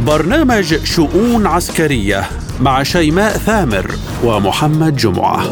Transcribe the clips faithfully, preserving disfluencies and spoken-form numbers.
برنامج شؤون عسكرية مع شيماء ثامر ومحمد جمعة.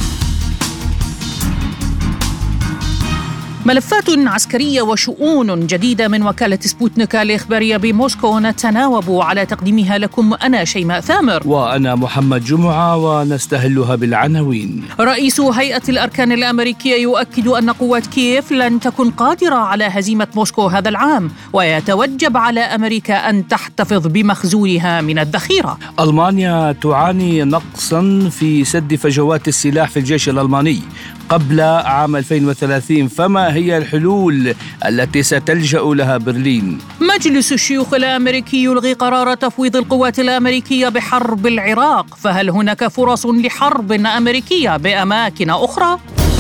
ملفات عسكرية وشؤون جديدة من وكالة سبوتنيك الإخبارية بموسكو نتناوب على تقديمها لكم أنا شيماء ثامر وأنا محمد جمعة، ونستهلها بالعناوين. رئيس هيئة الأركان الأمريكية يؤكد أن قوات كييف لن تكن قادرة على هزيمة موسكو هذا العام، ويتوجب على أمريكا أن تحتفظ بمخزونها من الذخيرة. ألمانيا تعاني نقصا في سد فجوات السلاح في الجيش الألماني قبل عام ألفين وثلاثين، فما هي الحلول التي ستلجأ لها برلين؟ مجلس الشيوخ الأمريكي يلغي قرار تفويض القوات الأمريكية بحرب العراق، فهل هناك فرص لحرب أمريكية بأماكن أخرى؟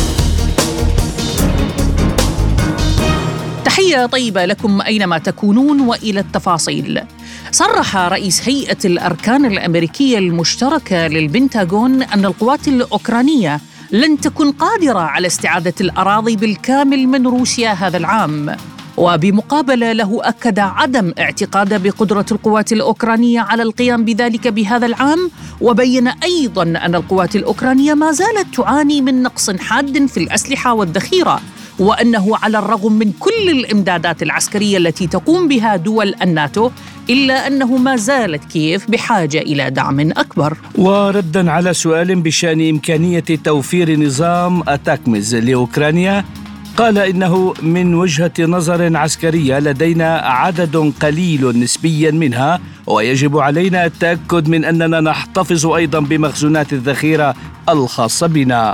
تحية طيبة لكم أينما تكونون وإلى التفاصيل. صرح رئيس هيئة الأركان الأمريكية المشتركة للبنتاغون أن القوات الأوكرانية لن تكن قادرة على استعادة الأراضي بالكامل من روسيا هذا العام، وبمقابلة له أكد عدم اعتقاده بقدرة القوات الأوكرانية على القيام بذلك بهذا العام، وبين أيضاً أن القوات الأوكرانية ما زالت تعاني من نقص حاد في الأسلحة والذخيرة، وأنه على الرغم من كل الإمدادات العسكرية التي تقوم بها دول الناتو إلا أنه ما زالت كييف بحاجة إلى دعم أكبر. وردا على سؤال بشأن إمكانية توفير نظام أتاكمز لأوكرانيا، قال إنه من وجهة نظر عسكرية لدينا عدد قليل نسبيا منها، ويجب علينا التأكد من أننا نحتفظ أيضا بمخزونات الذخيرة الخاصة بنا.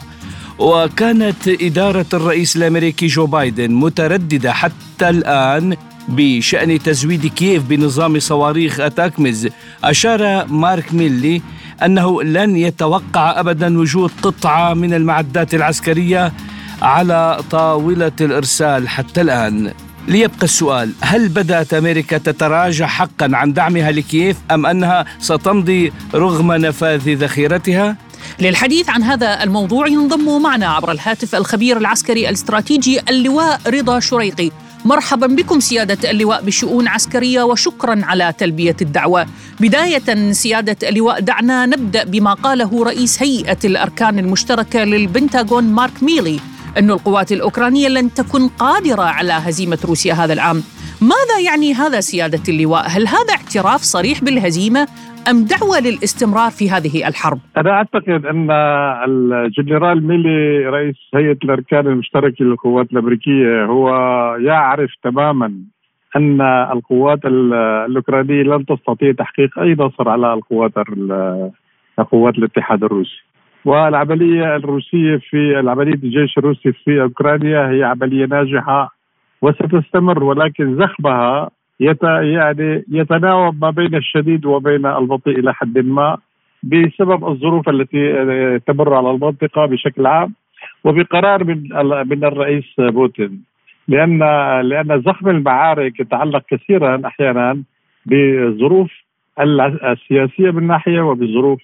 وكانت إدارة الرئيس الأمريكي جو بايدن مترددة حتى الآن بشأن تزويد كييف بنظام صواريخ أتاكمز. أشار مارك ميلي أنه لن يتوقع أبدا وجود قطعة من المعدات العسكرية على طاولة الإرسال حتى الآن. ليبقى السؤال: هل بدأت أمريكا تتراجع حقا عن دعمها لكييف أم أنها ستمضي رغم نفاذ ذخيرتها؟ للحديث عن هذا الموضوع ينضم معنا عبر الهاتف الخبير العسكري الاستراتيجي اللواء رضا شريقي. مرحبا بكم سيادة اللواء بشؤون عسكرية، وشكرا على تلبية الدعوة. بداية سيادة اللواء، دعنا نبدأ بما قاله رئيس هيئة الأركان المشتركة للبنتاغون مارك ميلي أن القوات الأوكرانية لن تكن قادرة على هزيمة روسيا هذا العام. ماذا يعني هذا سيادة اللواء؟ هل هذا اعتراف صريح بالهزيمة أم دعوة للاستمرار في هذه الحرب؟ أنا أعتقد أن الجنرال ميلي رئيس هيئة الأركان المشتركة للقوات الأمريكية هو يعرف تماما أن القوات الأوكرانية لن تستطيع تحقيق أي نصر على القوات القوات الاتحاد الروسي. والعملية الروسية في العملية الجيش الروسي في أوكرانيا هي عملية ناجحة وستستمر، ولكن زخمها يت يعني يتناوب ما بين الشديد وبين البطيء إلى حد ما بسبب الظروف التي تمر على المنطقة بشكل عام، وبقرار من من الرئيس بوتين، لأن لأن زخم المعارك يتعلق كثيرا أحيانا بالظروف السياسية من ناحية وبظروف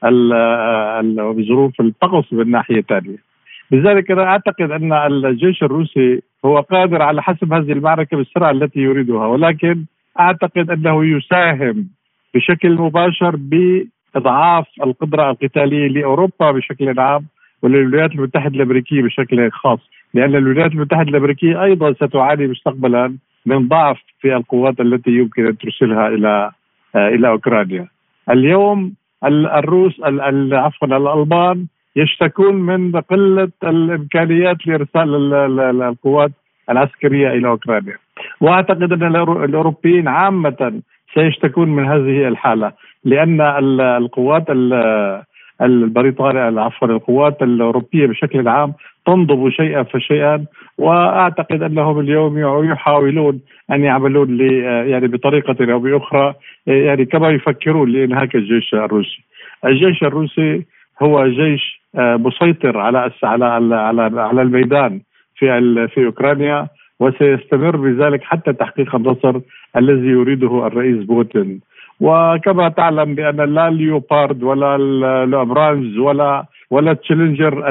وبظروف الطقس من ناحية ثانية. لذلك أنا أعتقد أن الجيش الروسي هو قادر على حسم هذه المعركة بالسرعة التي يريدها، ولكن أعتقد أنه يساهم بشكل مباشر بإضعاف القدرة القتالية لأوروبا بشكل عام وللولايات المتحدة الأمريكية بشكل خاص، لأن الولايات المتحدة الأمريكية أيضا ستعاني مستقبلا من ضعف في القوات التي يمكن أن ترسلها إلى إلى أوكرانيا. اليوم الروس عفوا الألمان يشتكون من قلة الإمكانيات لإرسال القوات العسكرية إلى أوكرانيا، وأعتقد أن الأوروبيين عامة سيشتكون من هذه الحالة، لأن القوات البريطانية عفوا القوات الأوروبية بشكل عام تنضب شيئا فشيئا، وأعتقد أنهم اليوم يحاولون أن يعملون يعني بطريقة أو بأخرى يعني كما يفكرون لإنهاك الجيش الروسي. الجيش الروسي هو جيش مسيطر على على على على الميدان في في أوكرانيا، وسيستمر بذلك حتى تحقيق النصر الذي يريده الرئيس بوتين. وكما تعلم بأن لا ليوبارد ولا الأبرامز ولا ولا تشالنجر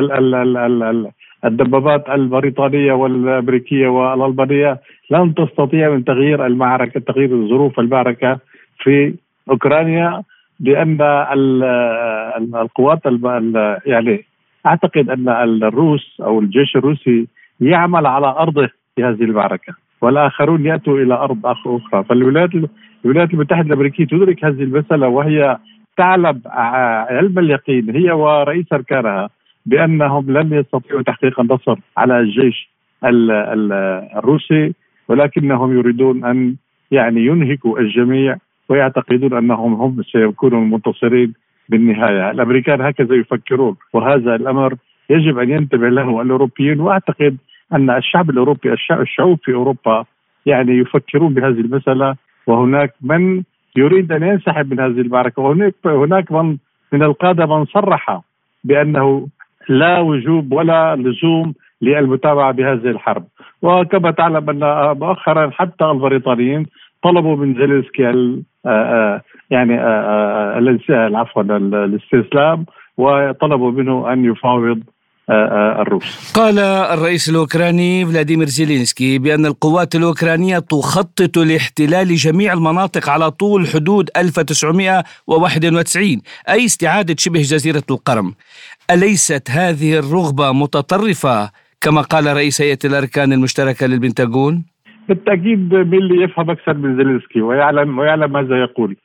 الدبابات البريطانية والأمريكية والألمانية لن تستطيع من تغيير المعركة تغيير ظروف المعركة في أوكرانيا، بأن القوات يعني أعتقد أن الروس أو الجيش الروسي يعمل على أرضه في هذه المعركة، والآخرون يأتوا إلى أرض أخرى. فالولايات الولايات المتحدة الأمريكية تدرك هذه المسألة، وهي تعلم علم اليقين هي ورئيس أركانها بأنهم لن يستطيعوا تحقيق النصر على الجيش الروسي، ولكنهم يريدون أن يعني ينهكوا الجميع، ويعتقدون أنهم هم سيكونوا المنتصرين بالنهاية. الأمريكان هكذا يفكرون، وهذا الأمر يجب أن ينتبه له الأوروبيين. وأعتقد أن الشعب الأوروبي الشعوب في أوروبا يعني يفكرون بهذه المسألة، وهناك من يريد أن ينسحب من هذه المعركة، وهناك هناك من من القادة من صرح بأنه لا وجوب ولا لزوم للمتابعة بهذه الحرب. وكما تعلم أن مؤخرا حتى البريطانيين طلبوا من زيلينسكي يعني عفوا الاستسلام، وطلبوا منه أن يفاوض الروس. قال الرئيس الأوكراني فلاديمير زيلينسكي بأن القوات الأوكرانية تخطط لاحتلال جميع المناطق على طول حدود ألف وتسعمائة وواحد وتسعين، أي استعادة شبه جزيرة القرم. أليست هذه الرغبة متطرفة كما قال رئيس هيئة الأركان المشتركة للبنتاغون؟ بالتأكيد باللي يفهم أكثر من زيلينسكي ويعلم ويعلم ماذا يقول.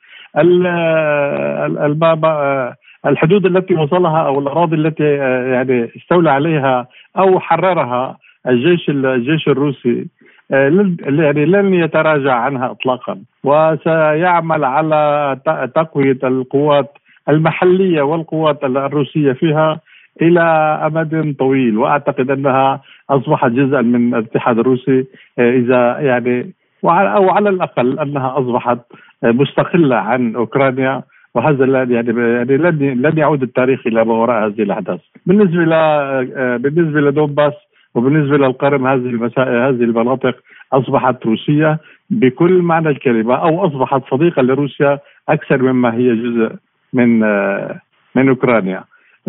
الحدود التي وصلها أو الأراضي التي يعني استولى عليها أو حررها الجيش الجيش الروسي يعني لن يتراجع عنها إطلاقا، وسيعمل على تقوية القوات المحلية والقوات الروسية فيها إلى أمد طويل. وأعتقد أنها أصبحت جزءا من الاتحاد الروسي، إذا يعني أو على الأقل أنها أصبحت مستقلة عن أوكرانيا، وهذا يعني يعني لن لن يعود التاريخ إلى ما وراء هذه الأحداث. بالنسبة ل بالنسبة لدونباس وبالنسبة للقرم، هذه المسائل هذه المناطق أصبحت روسية بكل معنى الكلمة، أو أصبحت صديقة لروسيا أكثر مما هي جزء من من أوكرانيا.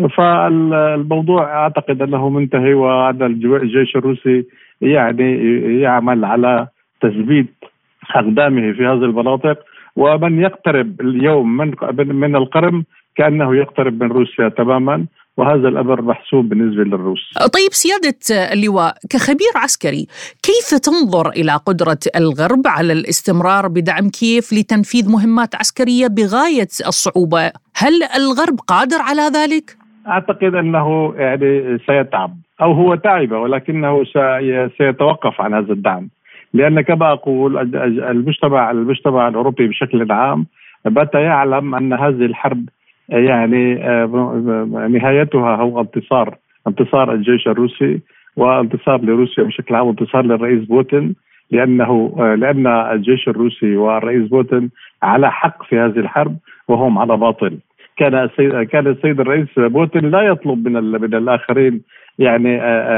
فالموضوع أعتقد أنه منتهي، وأن الجيش الروسي يعني يعمل على تثبيت أقدامه في هذه المناطق، ومن يقترب اليوم من من القرم كأنه يقترب من روسيا تماما، وهذا الأمر محسوب بالنسبة للروس. طيب سيادة اللواء، كخبير عسكري كيف تنظر إلى قدرة الغرب على الاستمرار بدعم كييف لتنفيذ مهمات عسكرية بغاية الصعوبة؟ هل الغرب قادر على ذلك؟ أعتقد أنه يعني سيتعب، أو هو تعب، ولكنه سيتوقف عن هذا الدعم، لأن كما أقول المجتمع المجتمع الأوروبي بشكل عام بات يعلم أن هذه الحرب يعني نهايتها هو انتصار انتصار الجيش الروسي، وانتصار لروسيا بشكل عام، وانتصار للرئيس بوتين، لأنه لأن الجيش الروسي والرئيس بوتين على حق في هذه الحرب وهم على باطل. كان السيد كان السيد الرئيس بوتين لا يطلب من من الآخرين يعني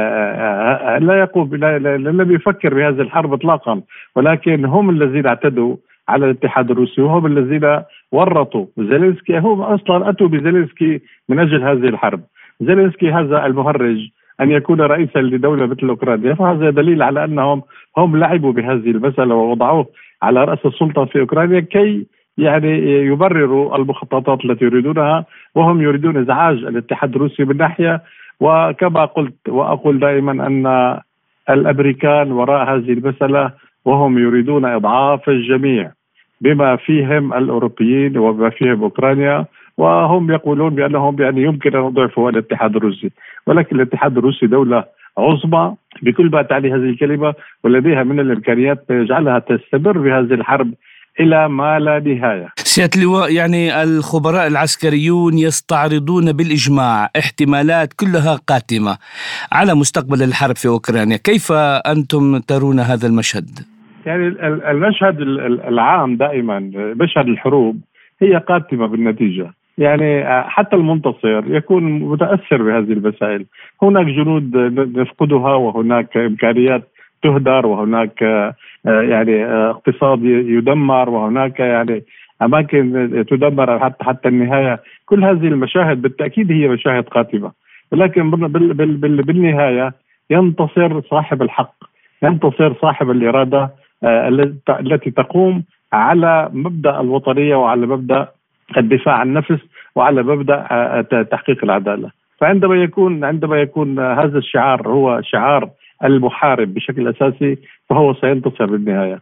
لا يقوم لم يفكر بهذه الحرب اطلاقا، ولكن هم الذين اعتدوا على الاتحاد الروسي، وهم الذين ورطوا زيلينسكي. هم اصلا اتوا بزيلينسكي من اجل هذه الحرب. زيلينسكي هذا المهرج ان يكون رئيسا لدوله مثل اوكرانيا، فهذا دليل على انهم هم لعبوا بهذه المساله ووضعوه على راس السلطه في اوكرانيا كي يعني يبرروا المخططات التي يريدونها، وهم يريدون ازعاج الاتحاد الروسي من ناحيه. وكما قلت وأقول دائما أن الأمريكان وراء هذه المسألة، وهم يريدون إضعاف الجميع بما فيهم الأوروبيين وبما فيهم أوكرانيا، وهم يقولون بأنهم يعني يمكن أن يضعفوا الاتحاد الروسي، ولكن الاتحاد الروسي دولة عظمى بكل ما تعني هذه الكلمة، ولديها من الإمكانيات يجعلها تستمر بهذه الحرب إلى ما لا نهاية. سيادة اللواء، يعني الخبراء العسكريون يستعرضون بالإجماع احتمالات كلها قاتمة على مستقبل الحرب في أوكرانيا. كيف أنتم ترون هذا المشهد؟ يعني المشهد العام دائما، مشهد الحروب هي قاتمة بالنتيجة. يعني حتى المنتصر يكون متأثر بهذه المسائل. هناك جنود نفقدها، وهناك إمكانيات تهدر، وهناك يعني اقتصاد يدمر، وهناك يعني أماكن تدمر حتى حتى النهاية. كل هذه المشاهد بالتأكيد هي مشاهد قاتمة، ولكن بالنهاية ينتصر صاحب الحق، ينتصر صاحب الإرادة التي تقوم على مبدأ الوطنية وعلى مبدأ الدفاع عن النفس وعلى مبدأ تحقيق العدالة. فعندما يكون عندما يكون هذا الشعار هو شعار المحارب بشكل أساسي فهو سينتصر بالنهاية.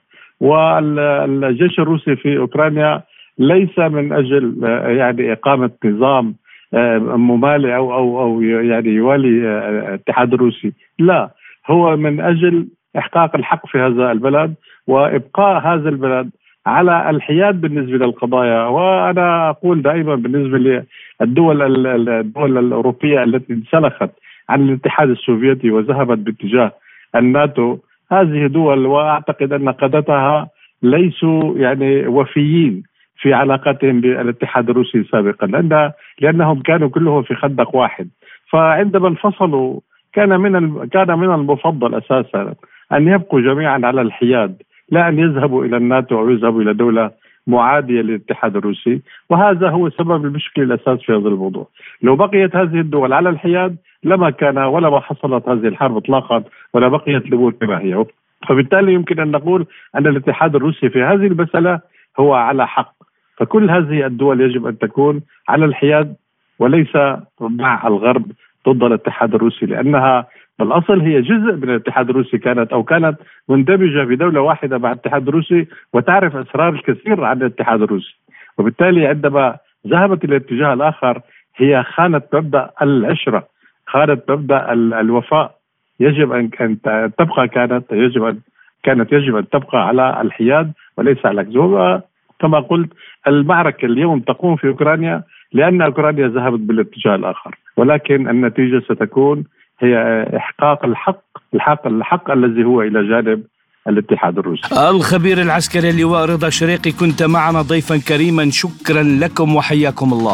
والجيش الروسي في أوكرانيا ليس من أجل يعني إقامة نظام ممالئ أو أو أو يعني يوالي الاتحاد الروسي، لا، هو من أجل إحقاق الحق في هذا البلد وإبقاء هذا البلد على الحياد بالنسبة للقضايا. وأنا أقول دائما بالنسبة للدول الدول الأوروبية التي انسلخت عن الاتحاد السوفيتي وذهبت باتجاه الناتو، هذه دول وأعتقد أن قادتها ليسوا يعني وفيين في علاقاتهم بالاتحاد الروسي سابقا، لأن لأنهم كانوا كلهم في خندق واحد. فعندما انفصلوا كان من كان من المفضل أساسا أن يبقوا جميعا على الحياد، لا أن يذهبوا إلى الناتو أو يذهبوا إلى دولة معادية للاتحاد الروسي. وهذا هو سبب المشكلة الأساس في هذا الموضوع. لو بقيت هذه الدول على الحياد لما كان ولا ما حصلت هذه الحرب اطلاقا ولا بقيت الأمور كما هي. فبالتالي يمكن أن نقول أن الاتحاد الروسي في هذه المسألة هو على حق. فكل هذه الدول يجب أن تكون على الحياد وليس مع الغرب ضد الاتحاد الروسي، لأنها بالأصل هي جزء من الاتحاد الروسي، كانت أو كانت مندمجة في دولة واحدة مع الاتحاد الروسي وتعرف أسرار الكثير عن الاتحاد الروسي. وبالتالي عندما ذهبت إلى الاتجاه الآخر هي خانت مبدأ العشرة، خانت مبدأ الوفاء. يجب أن تبقى كانت يجب أن كانت يجب أن تبقى على الحياد وليس على العكس. كما قلت المعركة اليوم تقوم في أوكرانيا لأن أوكرانيا ذهبت بالاتجاه الآخر، ولكن النتيجة ستكون هي إحقاق الحق الحق الحق الذي هو إلى جانب الاتحاد الروسي. الخبير العسكري اللواء رضا شريقي، كنت معنا ضيفا كريما، شكرا لكم وحياكم الله.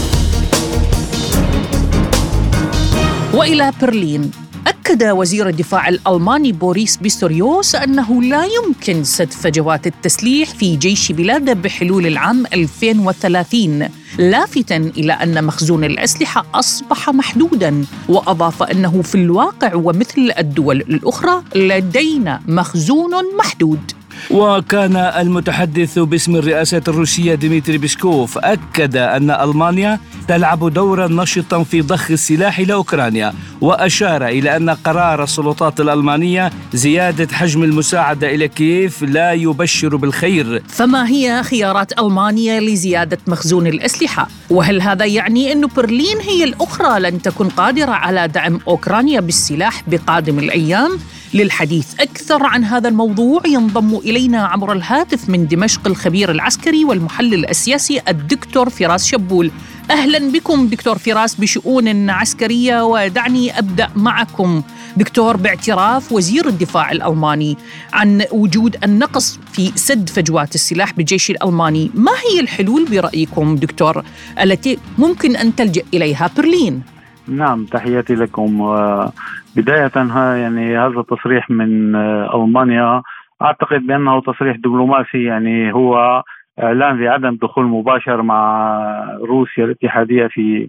وإلى برلين، أكد وزير الدفاع الألماني بوريس بيستوريوس أنه لا يمكن سد فجوات التسليح في جيش بلاده بحلول العام ألفين وثلاثين، لافتاً إلى أن مخزون الأسلحة أصبح محدوداً، وأضاف أنه في الواقع ومثل الدول الأخرى لدينا مخزون محدود. وكان المتحدث باسم الرئاسة الروسية ديمتري بيسكوف أكد أن ألمانيا تلعب دورا نشطا في ضخ السلاح إلى أوكرانيا، وأشار إلى أن قرار السلطات الألمانية زيادة حجم المساعدة إلى كييف لا يبشر بالخير. فما هي خيارات ألمانيا لزيادة مخزون الأسلحة؟ وهل هذا يعني أن برلين هي الأخرى لن تكون قادرة على دعم أوكرانيا بالسلاح بقادم الأيام؟ للحديث أكثر عن هذا الموضوع ينضم إلينا عبر الهاتف من دمشق الخبير العسكري والمحلل السياسي الدكتور فراس شبول. أهلا بكم دكتور فراس بشؤون عسكرية، ودعني أبدأ معكم دكتور باعتراف وزير الدفاع الألماني عن وجود النقص في سد فجوات السلاح بالجيش الألماني. ما هي الحلول برأيكم دكتور التي ممكن أن تلجأ إليها برلين؟ نعم، تحياتي لكم. بداية يعني هذا التصريح من ألمانيا أعتقد بأنه تصريح دبلوماسي، يعني هو إعلان بعدم دخول مباشر مع روسيا الاتحادية في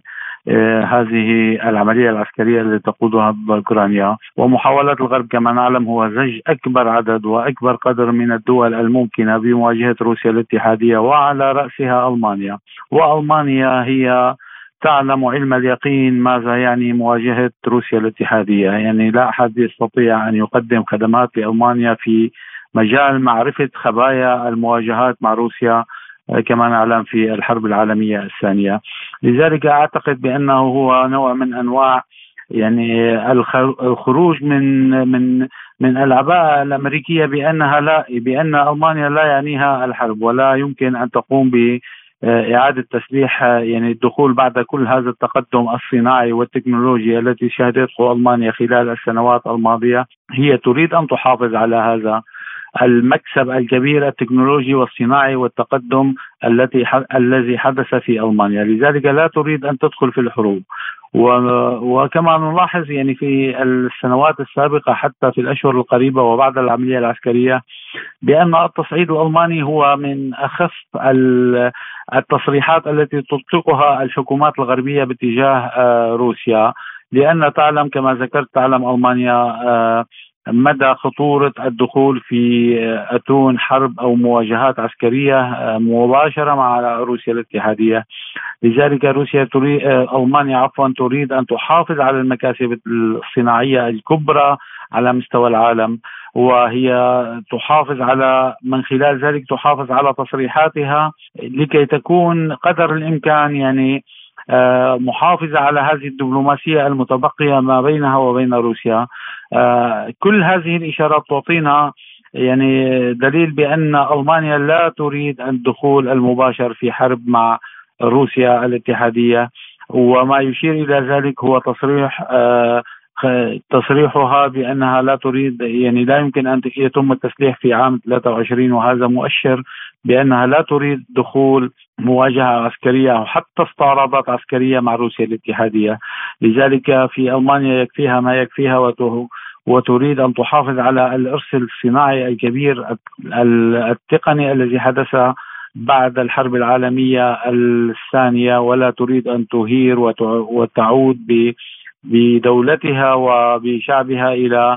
هذه العملية العسكرية التي تقودها ضد أوكرانيا، ومحاولات الغرب كما نعلم هو زج أكبر عدد وأكبر قدر من الدول الممكنة بمواجهة روسيا الاتحادية وعلى رأسها ألمانيا. وألمانيا هي تعلم علم اليقين ماذا يعني مواجهة روسيا الاتحادية، يعني لا أحد يستطيع أن يقدم خدمات لألمانيا في مجال معرفة خبايا المواجهات مع روسيا كما نعلم في الحرب العالمية الثانية. لذلك أعتقد بأنه هو نوع من أنواع يعني الخروج من من من العباءة الأمريكية بأنها لا بأن ألمانيا لا يعنيها الحرب ولا يمكن أن تقوم ب إعادة تسليح، يعني الدخول بعد كل هذا التقدم الصناعي والتكنولوجي التي شهدته ألمانيا خلال السنوات الماضية. هي تريد أن تحافظ على هذا المكسب الكبير التكنولوجي والصناعي والتقدم التي الذي حدث في ألمانيا، لذلك لا تريد أن تدخل في الحروب. وكما نلاحظ يعني في السنوات السابقة حتى في الأشهر القريبة وبعد العملية العسكرية بأن التصعيد الألماني هو من أخف التصريحات التي تطلقها الحكومات الغربية باتجاه روسيا، لأن تعلم كما ذكرت تعلم ألمانيا مدى خطورة الدخول في أتون حرب أو مواجهات عسكرية مباشرة مع روسيا الاتحادية. لذلك روسيا تريد ألمانيا عفوا تريد أن تحافظ على المكاسب الصناعية الكبرى على مستوى العالم، وهي تحافظ على من خلال ذلك تحافظ على تصريحاتها لكي تكون قدر الإمكان يعني محافظة على هذه الدبلوماسية المتبقية ما بينها وبين روسيا. كل هذه الإشارات تعطينا يعني دليل بأن ألمانيا لا تريد الدخول المباشر في حرب مع روسيا الاتحادية، وما يشير إلى ذلك هو تصريح تصريحها بأنها لا تريد يعني لا يمكن أن يتم التسليح في عام ثلاثة وعشرين، وهذا مؤشر بأنها لا تريد دخول مواجهة عسكرية أو حتى استعراضات عسكرية مع روسيا الاتحادية. لذلك في ألمانيا يكفيها ما يكفيها وتريد أن تحافظ على الإرث الصناعي الكبير التقني الذي حدث بعد الحرب العالمية الثانية، ولا تريد أن تهير وتعود بدولتها وبشعبها إلى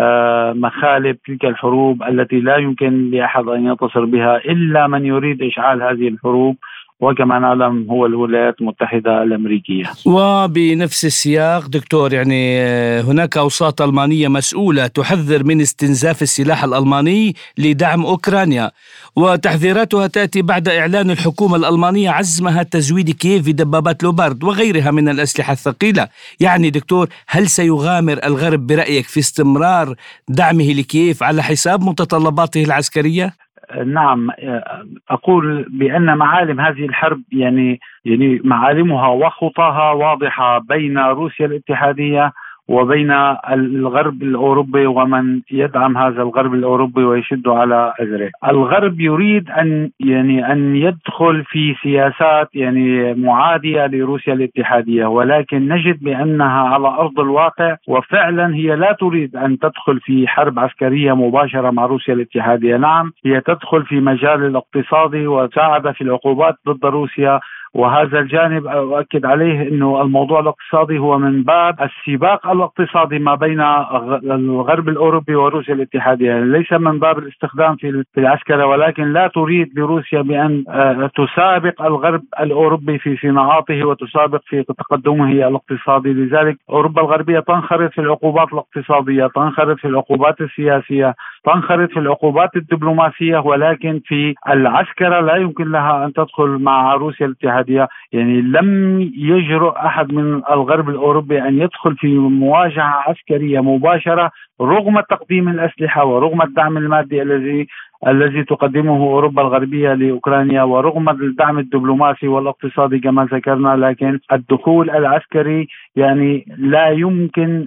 مخالب تلك الحروب التي لا يمكن لأحد أن ينتصر بها إلا من يريد إشعال هذه الحروب، وكما نعلم هو الولايات المتحدة الأمريكية. وبنفس السياق دكتور، يعني هناك أوساط ألمانية مسؤولة تحذر من استنزاف السلاح الألماني لدعم أوكرانيا، وتحذيراتها تأتي بعد إعلان الحكومة الألمانية عزمها تزويد كييف بدبابات لوبارد وغيرها من الأسلحة الثقيلة. يعني دكتور، هل سيغامر الغرب برأيك في استمرار دعمه لكييف على حساب متطلباته العسكرية؟ نعم، أقول بأن معالم هذه الحرب يعني يعني معالمها وخطاها واضحة بين روسيا الاتحادية وبين الغرب الأوروبي ومن يدعم هذا الغرب الأوروبي ويشد على أزره. الغرب يريد أن يعني أن يدخل في سياسات يعني معادية لروسيا الاتحادية، ولكن نجد بأنها على أرض الواقع وفعلا هي لا تريد أن تدخل في حرب عسكرية مباشرة مع روسيا الاتحادية. نعم، هي تدخل في مجال الاقتصادي وتساعد في العقوبات ضد روسيا، وهذا الجانب أؤكد عليه أنه الموضوع الاقتصادي هو من باب السباق الاقتصادي ما بين الغرب الأوروبي وروسيا الاتحادية، ليس من باب الاستخدام في العسكرة، ولكن لا تريد لروسيا بأن تسابق الغرب الأوروبي في صناعاته وتسابق في تقدمه الاقتصادي. لذلك أوروبا الغربية تنخرط في العقوبات الاقتصادية، تنخرط في العقوبات السياسية، تنخرط في العقوبات الدبلوماسية، ولكن في العسكرة لا يمكن لها أن تدخل مع روسيا الاتحادية. يعني لم يجرؤ أحد من الغرب الأوروبي أن يدخل في مواجهة عسكرية مباشرة رغم تقديم الأسلحة ورغم الدعم المادي الذي الذي تقدمه أوروبا الغربية لأوكرانيا ورغم الدعم الدبلوماسي والاقتصادي كما ذكرنا. لكن الدخول العسكري يعني لا يمكن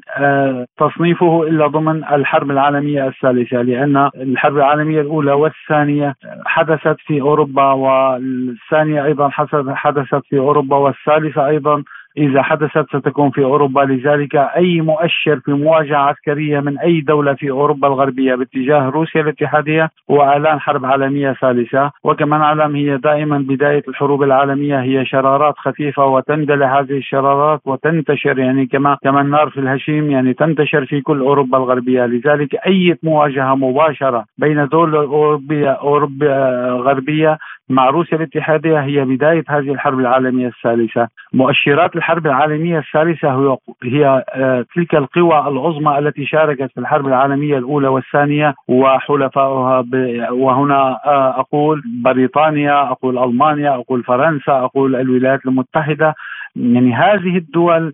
تصنيفه إلا ضمن الحرب العالمية الثالثة، لأن الحرب العالمية الأولى والثانية حدثت في أوروبا، والثانية أيضا حدثت في أوروبا، والثالثة أيضا إذا حدثت ستكون في أوروبا. لذلك أي مؤشر في مواجهة عسكرية من أي دولة في أوروبا الغربية باتجاه روسيا الاتحادية هو إعلان حرب عالمية ثالثة. وكما نعلم هي دائما بداية الحروب العالمية هي شرارات خفيفة وتندلع هذه الشرارات وتنتشر يعني كما كما النار في الهشيم، يعني تنتشر في كل أوروبا الغربية. لذلك أي مواجهة مباشرة بين دول أوروبية أوروبا غربية مع روسيا الاتحادية هي بداية هذه الحرب العالمية الثالثة. مؤشرات الحرب العالمية الثالثة هي تلك القوى العظمى التي شاركت في الحرب العالمية الأولى والثانية وحلفائها، وهنا أقول بريطانيا، أقول ألمانيا، أقول فرنسا، أقول الولايات المتحدة. يعني هذه الدول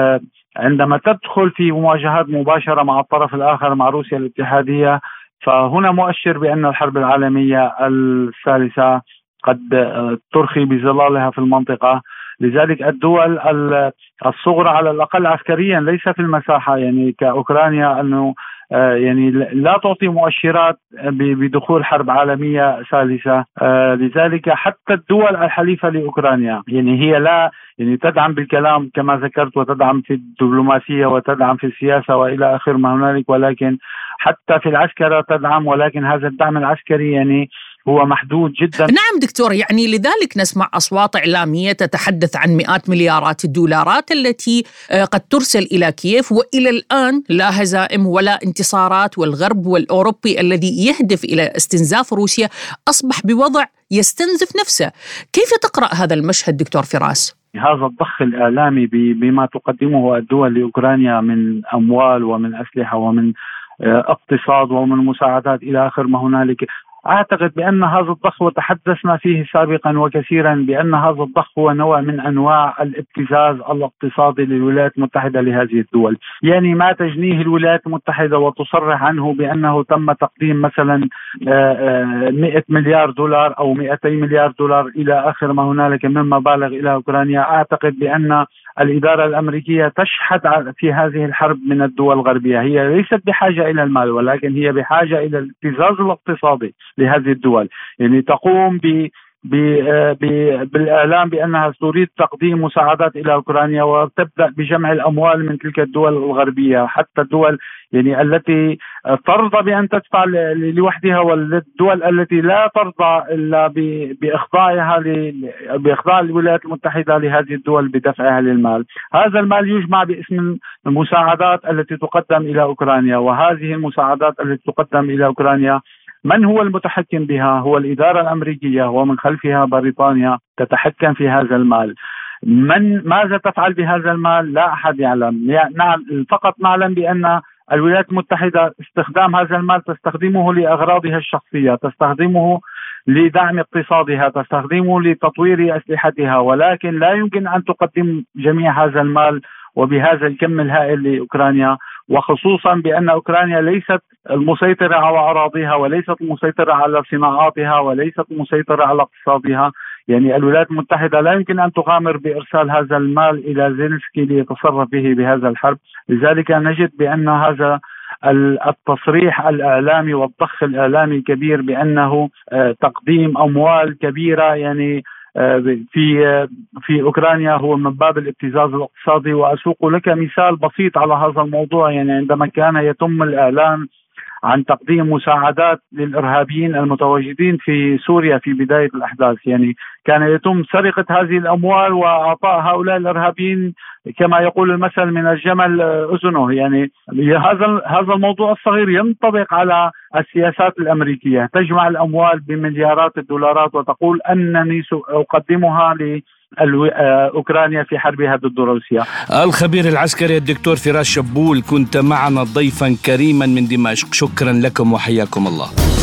عندما تدخل في مواجهات مباشرة مع الطرف الآخر مع روسيا الاتحادية فهنا مؤشر بأن الحرب العالمية الثالثة قد ترخي بظلالها في المنطقة. لذلك الدول الصغرى على الأقل عسكريا ليس في المساحة يعني كأوكرانيا أنه يعني لا تعطي مؤشرات بدخول حرب عالمية ثالثة. لذلك حتى الدول الحليفة لأوكرانيا يعني هي لا يعني تدعم بالكلام كما ذكرت وتدعم في الدبلوماسية وتدعم في السياسة وإلى آخر ما هنالك، ولكن حتى في العسكرة تدعم، ولكن هذا الدعم العسكري يعني هو محدود جدا. نعم دكتور، يعني لذلك نسمع أصوات إعلامية تتحدث عن مئات مليارات الدولارات التي قد ترسل إلى كييف، وإلى الآن لا هزائم ولا انتصارات، والغرب والأوروبي الذي يهدف إلى استنزاف روسيا أصبح بوضع يستنزف نفسه. كيف تقرأ هذا المشهد دكتور فراس؟ هذا الضخ الإعلامي بما تقدمه الدول لأوكرانيا من أموال ومن أسلحة ومن اقتصاد ومن مساعدات إلى آخر ما هنالك، أعتقد بأن هذا الضخ وتحدثنا فيه سابقا وكثيرا بأن هذا الضخ هو نوع من أنواع الابتزاز الاقتصادي للولايات المتحدة لهذه الدول. يعني ما تجنيه الولايات المتحدة وتصرح عنه بأنه تم تقديم مثلا مئة مليار دولار أو مئتي مليار دولار إلى آخر ما هنالك من مبالغ إلى أوكرانيا، أعتقد بأن الإدارة الأمريكية تشحت في هذه الحرب من الدول الغربية. هي ليست بحاجة إلى المال، ولكن هي بحاجة إلى الابتزاز الاقتصادي لهذه الدول. يعني تقوم ب بالإعلام بأنها تريد تقديم مساعدات إلى أوكرانيا، وتبدأ بجمع الأموال من تلك الدول الغربية، حتى الدول يعني التي ترضى بأن تدفع لوحدها، والدول التي لا ترضى إلا بإخضاعها بإخضاع الولايات المتحدة لهذه الدول بدفعها للمال. هذا المال يجمع باسم المساعدات التي تقدم إلى أوكرانيا، وهذه المساعدات التي تقدم إلى أوكرانيا من هو المتحكم بها؟ هو الإدارة الأمريكية، ومن خلفها بريطانيا تتحكم في هذا المال. من ماذا تفعل بهذا المال؟ لا أحد يعلم. يعني فقط نعلم بأن الولايات المتحدة استخدام هذا المال تستخدمه لأغراضها الشخصية، تستخدمه لدعم اقتصادها، تستخدمه لتطوير أسلحتها، ولكن لا يمكن أن تقدم جميع هذا المال وبهذا الكم الهائل لأوكرانيا، وخصوصا بأن أوكرانيا ليست المسيطرة على أراضيها، وليست المسيطرة على صناعاتها، وليست المسيطرة على اقتصادها. يعني الولايات المتحدة لا يمكن أن تغامر بإرسال هذا المال إلى زيلنسكي ليتصرف به بهذا الحرب. لذلك نجد بأن هذا التصريح الإعلامي والضخ الإعلامي الكبير بأنه تقديم أموال كبيرة يعني في في أوكرانيا هو من باب الابتزاز الاقتصادي. وأسوق لك مثال بسيط على هذا الموضوع. يعني عندما كان يتم الإعلان عن تقديم مساعدات للإرهابيين المتواجدين في سوريا في بداية الأحداث، يعني كان يتم سرقة هذه الأموال وأعطاء هؤلاء الإرهابيين كما يقول المثل من الجمل أذنه. يعني هذا هذا الموضوع الصغير ينطبق على السياسات الأمريكية، تجمع الأموال بمليارات الدولارات وتقول أنني سأقدمها ل أوكرانيا في حربها ضد روسيا. الخبير العسكري الدكتور فراس شبول، كنت معنا ضيفا كريما من دمشق، شكرا لكم وحياكم الله.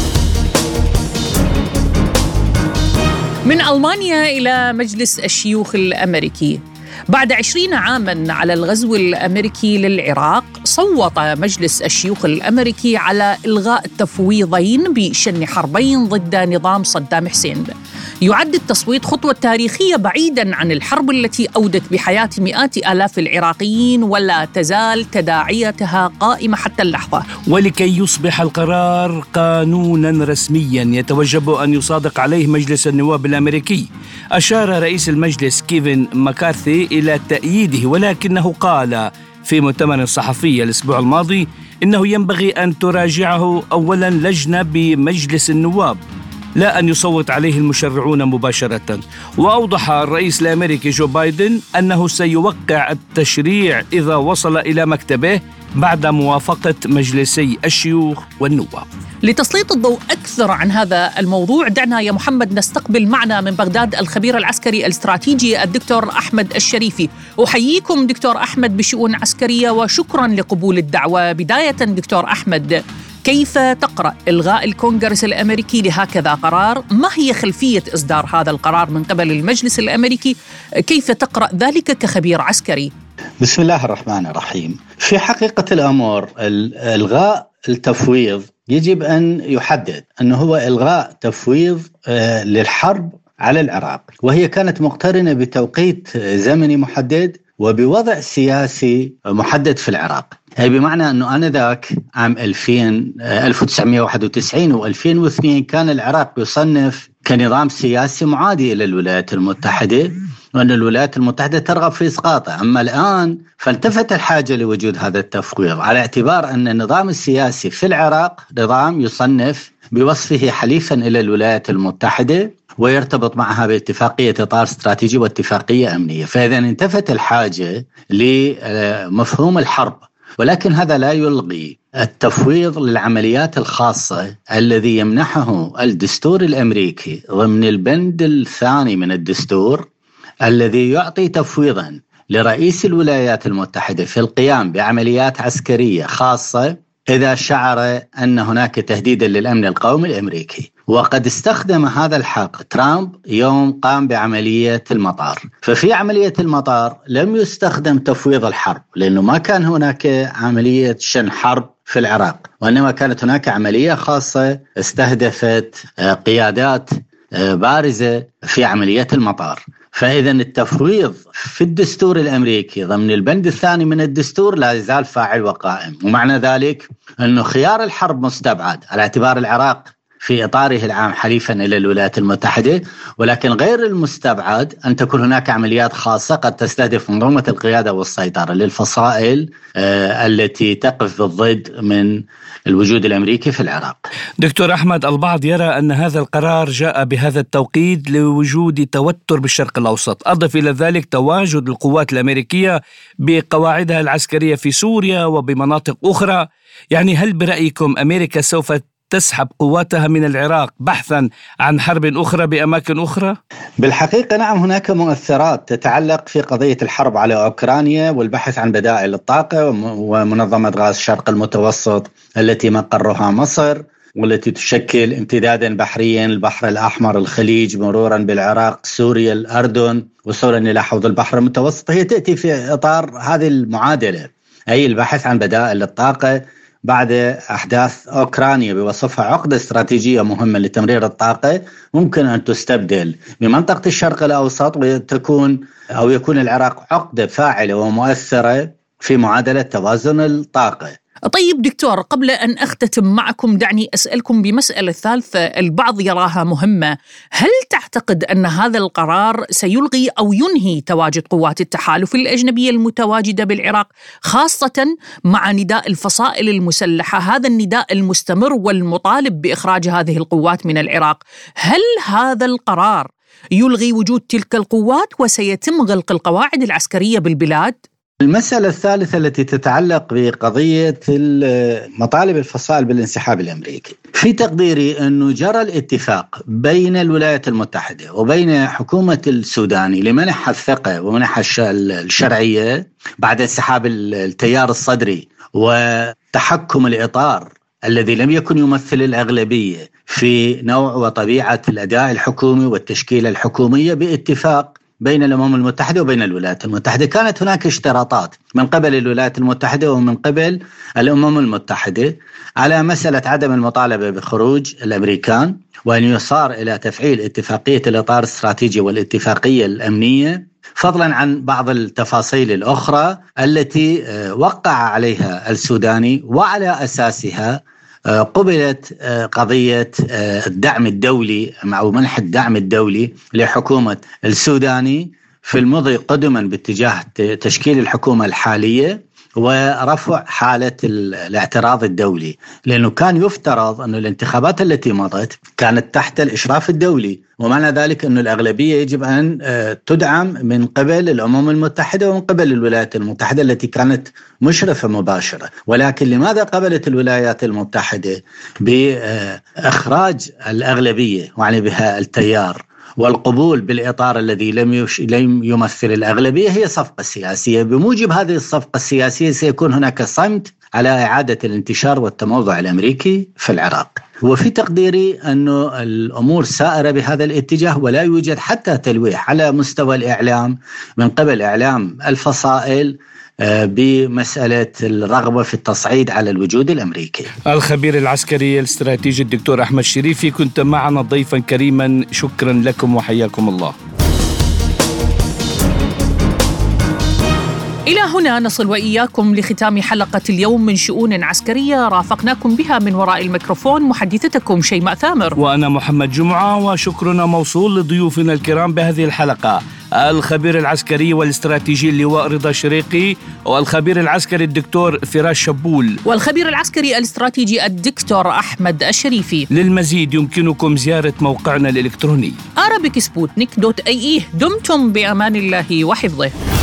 من ألمانيا إلى مجلس الشيوخ الأمريكي. بعد عشرين عاماً على الغزو الأمريكي للعراق، صوت مجلس الشيوخ الأمريكي على إلغاء التفويضين بشن حربين ضد نظام صدام حسين. يعد التصويت خطوة تاريخية بعيداً عن الحرب التي أودت بحياة مئات آلاف العراقيين، ولا تزال تداعياتها قائمة حتى اللحظة. ولكي يصبح القرار قانوناً رسمياً يتوجب أن يصادق عليه مجلس النواب الأمريكي. أشار رئيس المجلس كيفن ماكارثي إلى تأييده، ولكنه قال في مؤتمر صحفي الأسبوع الماضي إنه ينبغي أن تراجعه أولاً لجنة بمجلس النواب، لا أن يصوت عليه المشرعون مباشرة. وأوضح الرئيس الأمريكي جو بايدن أنه سيوقع التشريع إذا وصل إلى مكتبه بعد موافقة مجلسي الشيوخ والنواب. لتسليط الضوء أكثر عن هذا الموضوع، دعنا يا محمد نستقبل معنا من بغداد الخبير العسكري الاستراتيجي الدكتور أحمد الشريفي. أحييكم دكتور أحمد بشؤون عسكرية، وشكرا لقبول الدعوة. بداية دكتور أحمد، كيف تقرأ إلغاء الكونغرس الأمريكي لهكذا قرار؟ ما هي خلفية إصدار هذا القرار من قبل المجلس الأمريكي؟ كيف تقرأ ذلك كخبير عسكري؟ بسم الله الرحمن الرحيم. في حقيقة الأمر إلغاء التفويض يجب أن يحدد أنه هو إلغاء تفويض للحرب على العراق، وهي كانت مقترنة بتوقيت زمني محدد وبوضع سياسي محدد في العراق. أي بمعنى أنه آنذاك عام ألفين ألف وتسعمائة وواحد وتسعين وألفين واثنين كان العراق يصنف كنظام سياسي معادي إلى الولايات المتحدة، وأن الولايات المتحدة ترغب في إسقاطه. أما الآن فالتفت الحاجة لوجود هذا التفويض على اعتبار أن النظام السياسي في العراق نظام يصنف بوصفه حليفا إلى الولايات المتحدة ويرتبط معها باتفاقية إطار استراتيجي واتفاقية أمنية، فإذا انتفت الحاجة لمفهوم الحرب. ولكن هذا لا يلغي التفويض للعمليات الخاصة الذي يمنحه الدستور الأمريكي ضمن البند الثاني من الدستور، الذي يعطي تفويضا لرئيس الولايات المتحدة في القيام بعمليات عسكرية خاصة إذا شعر أن هناك تهديدا للأمن القومي الأمريكي. وقد استخدم هذا الحق ترامب يوم قام بعملية المطار. ففي عملية المطار لم يستخدم تفويض الحرب، لأنه ما كان هناك عملية شن حرب في العراق، وإنما كانت هناك عملية خاصة استهدفت قيادات بارزة في عملية المطار. فإذا التفويض في الدستور الأمريكي ضمن البند الثاني من الدستور لا يزال فاعل وقائم، ومعنى ذلك أنه خيار الحرب مستبعد على اعتبار العراق في إطاره العام حليفا إلى الولايات المتحدة، ولكن غير المستبعد أن تكون هناك عمليات خاصة قد تستهدف منظومة القيادة والسيطرة للفصائل آه التي تقف بالضد من الوجود الأمريكي في العراق. دكتور أحمد، البعض يرى أن هذا القرار جاء بهذا التوقيت لوجود توتر بالشرق الأوسط، أضف إلى ذلك تواجد القوات الأمريكية بقواعدها العسكرية في سوريا وبمناطق أخرى. يعني هل برأيكم أمريكا سوف تسحب قواتها من العراق بحثا عن حرب أخرى بأماكن أخرى؟ بالحقيقة نعم، هناك مؤثرات تتعلق في قضية الحرب على أوكرانيا والبحث عن بدائل الطاقة، ومنظمة غاز الشرق المتوسط التي مقرها مصر والتي تشكل امتدادا بحريا البحر الأحمر، الخليج، مرورا بالعراق، سوريا، الأردن، وصولا إلى حوض البحر المتوسط. هي تأتي في إطار هذه المعادلة، أي البحث عن بدائل الطاقة بعد أحداث أوكرانيا بوصفها عقدة استراتيجية مهمة لتمرير الطاقة، ممكن أن تستبدل بمنطقة الشرق الأوسط وتكون أو يكون العراق عقدة فاعلة ومؤثرة في معادلة توازن الطاقة. طيب دكتور، قبل أن أختتم معكم دعني أسألكم بمسألة ثالثة البعض يراها مهمة. هل تعتقد أن هذا القرار سيلغي أو ينهي تواجد قوات التحالف الأجنبية المتواجدة بالعراق، خاصة مع نداء الفصائل المسلحة، هذا النداء المستمر والمطالب بإخراج هذه القوات من العراق؟ هل هذا القرار يلغي وجود تلك القوات وسيتم غلق القواعد العسكرية بالبلاد؟ المسألة الثالثة التي تتعلق بقضية مطالب الفصائل بالانسحاب الأمريكي، في تقديري أنه جرى الاتفاق بين الولايات المتحدة وبين حكومة السوداني لمنح الثقة ومنح الشرعية بعد انسحاب التيار الصدري وتحكم الإطار الذي لم يكن يمثل الأغلبية في نوع وطبيعة الأداء الحكومي والتشكيلة الحكومية باتفاق بين الأمم المتحدة وبين الولايات المتحدة. كانت هناك اشتراطات من قبل الولايات المتحدة ومن قبل الأمم المتحدة على مسألة عدم المطالبة بخروج الأمريكان، وأن يصار إلى تفعيل اتفاقية الإطار الاستراتيجي والاتفاقية الأمنية، فضلا عن بعض التفاصيل الأخرى التي وقع عليها السوداني وعلى أساسها قبلت قضية الدعم الدولي أو منح الدعم الدولي لحكومة السوداني في المضي قدما باتجاه تشكيل الحكومة الحالية ورفع حالة الاعتراض الدولي، لأنه كان يفترض أن الانتخابات التي مضت كانت تحت الإشراف الدولي، ومعنى ذلك أن الأغلبية يجب أن تدعم من قبل الأمم المتحدة ومن قبل الولايات المتحدة التي كانت مشرفة مباشرة. ولكن لماذا قبلت الولايات المتحدة بإخراج الأغلبية وعني بها التيار والقبول بالإطار الذي لم يش... لم يمثل الأغلبية؟ هي صفقة سياسية. بموجب هذه الصفقة السياسية سيكون هناك صمت على إعادة الانتشار والتموضع الأمريكي في العراق. وفي تقديري أن الأمور سائرة بهذا الاتجاه، ولا يوجد حتى تلويح على مستوى الإعلام من قبل إعلام الفصائل بمسألة الرغبة في التصعيد على الوجود الأمريكي. الخبير العسكري الاستراتيجي الدكتور أحمد شريفي، كنت معنا ضيفا كريما، شكرا لكم وحياكم الله. إلى هنا نصل وإياكم لختام حلقة اليوم من شؤون عسكرية رافقناكم بها من وراء الميكروفون محدثتكم شيماء ثامر وأنا محمد جمعة، وشكرنا موصول لضيوفنا الكرام بهذه الحلقة: الخبير العسكري والاستراتيجي اللواء رضا شريقي، والخبير العسكري الدكتور فراس شبول، والخبير العسكري الاستراتيجي الدكتور أحمد الشريفي. للمزيد يمكنكم زيارة موقعنا الإلكتروني arabik sputnik دوت اي اي. دمتم بأمان الله وحفظه.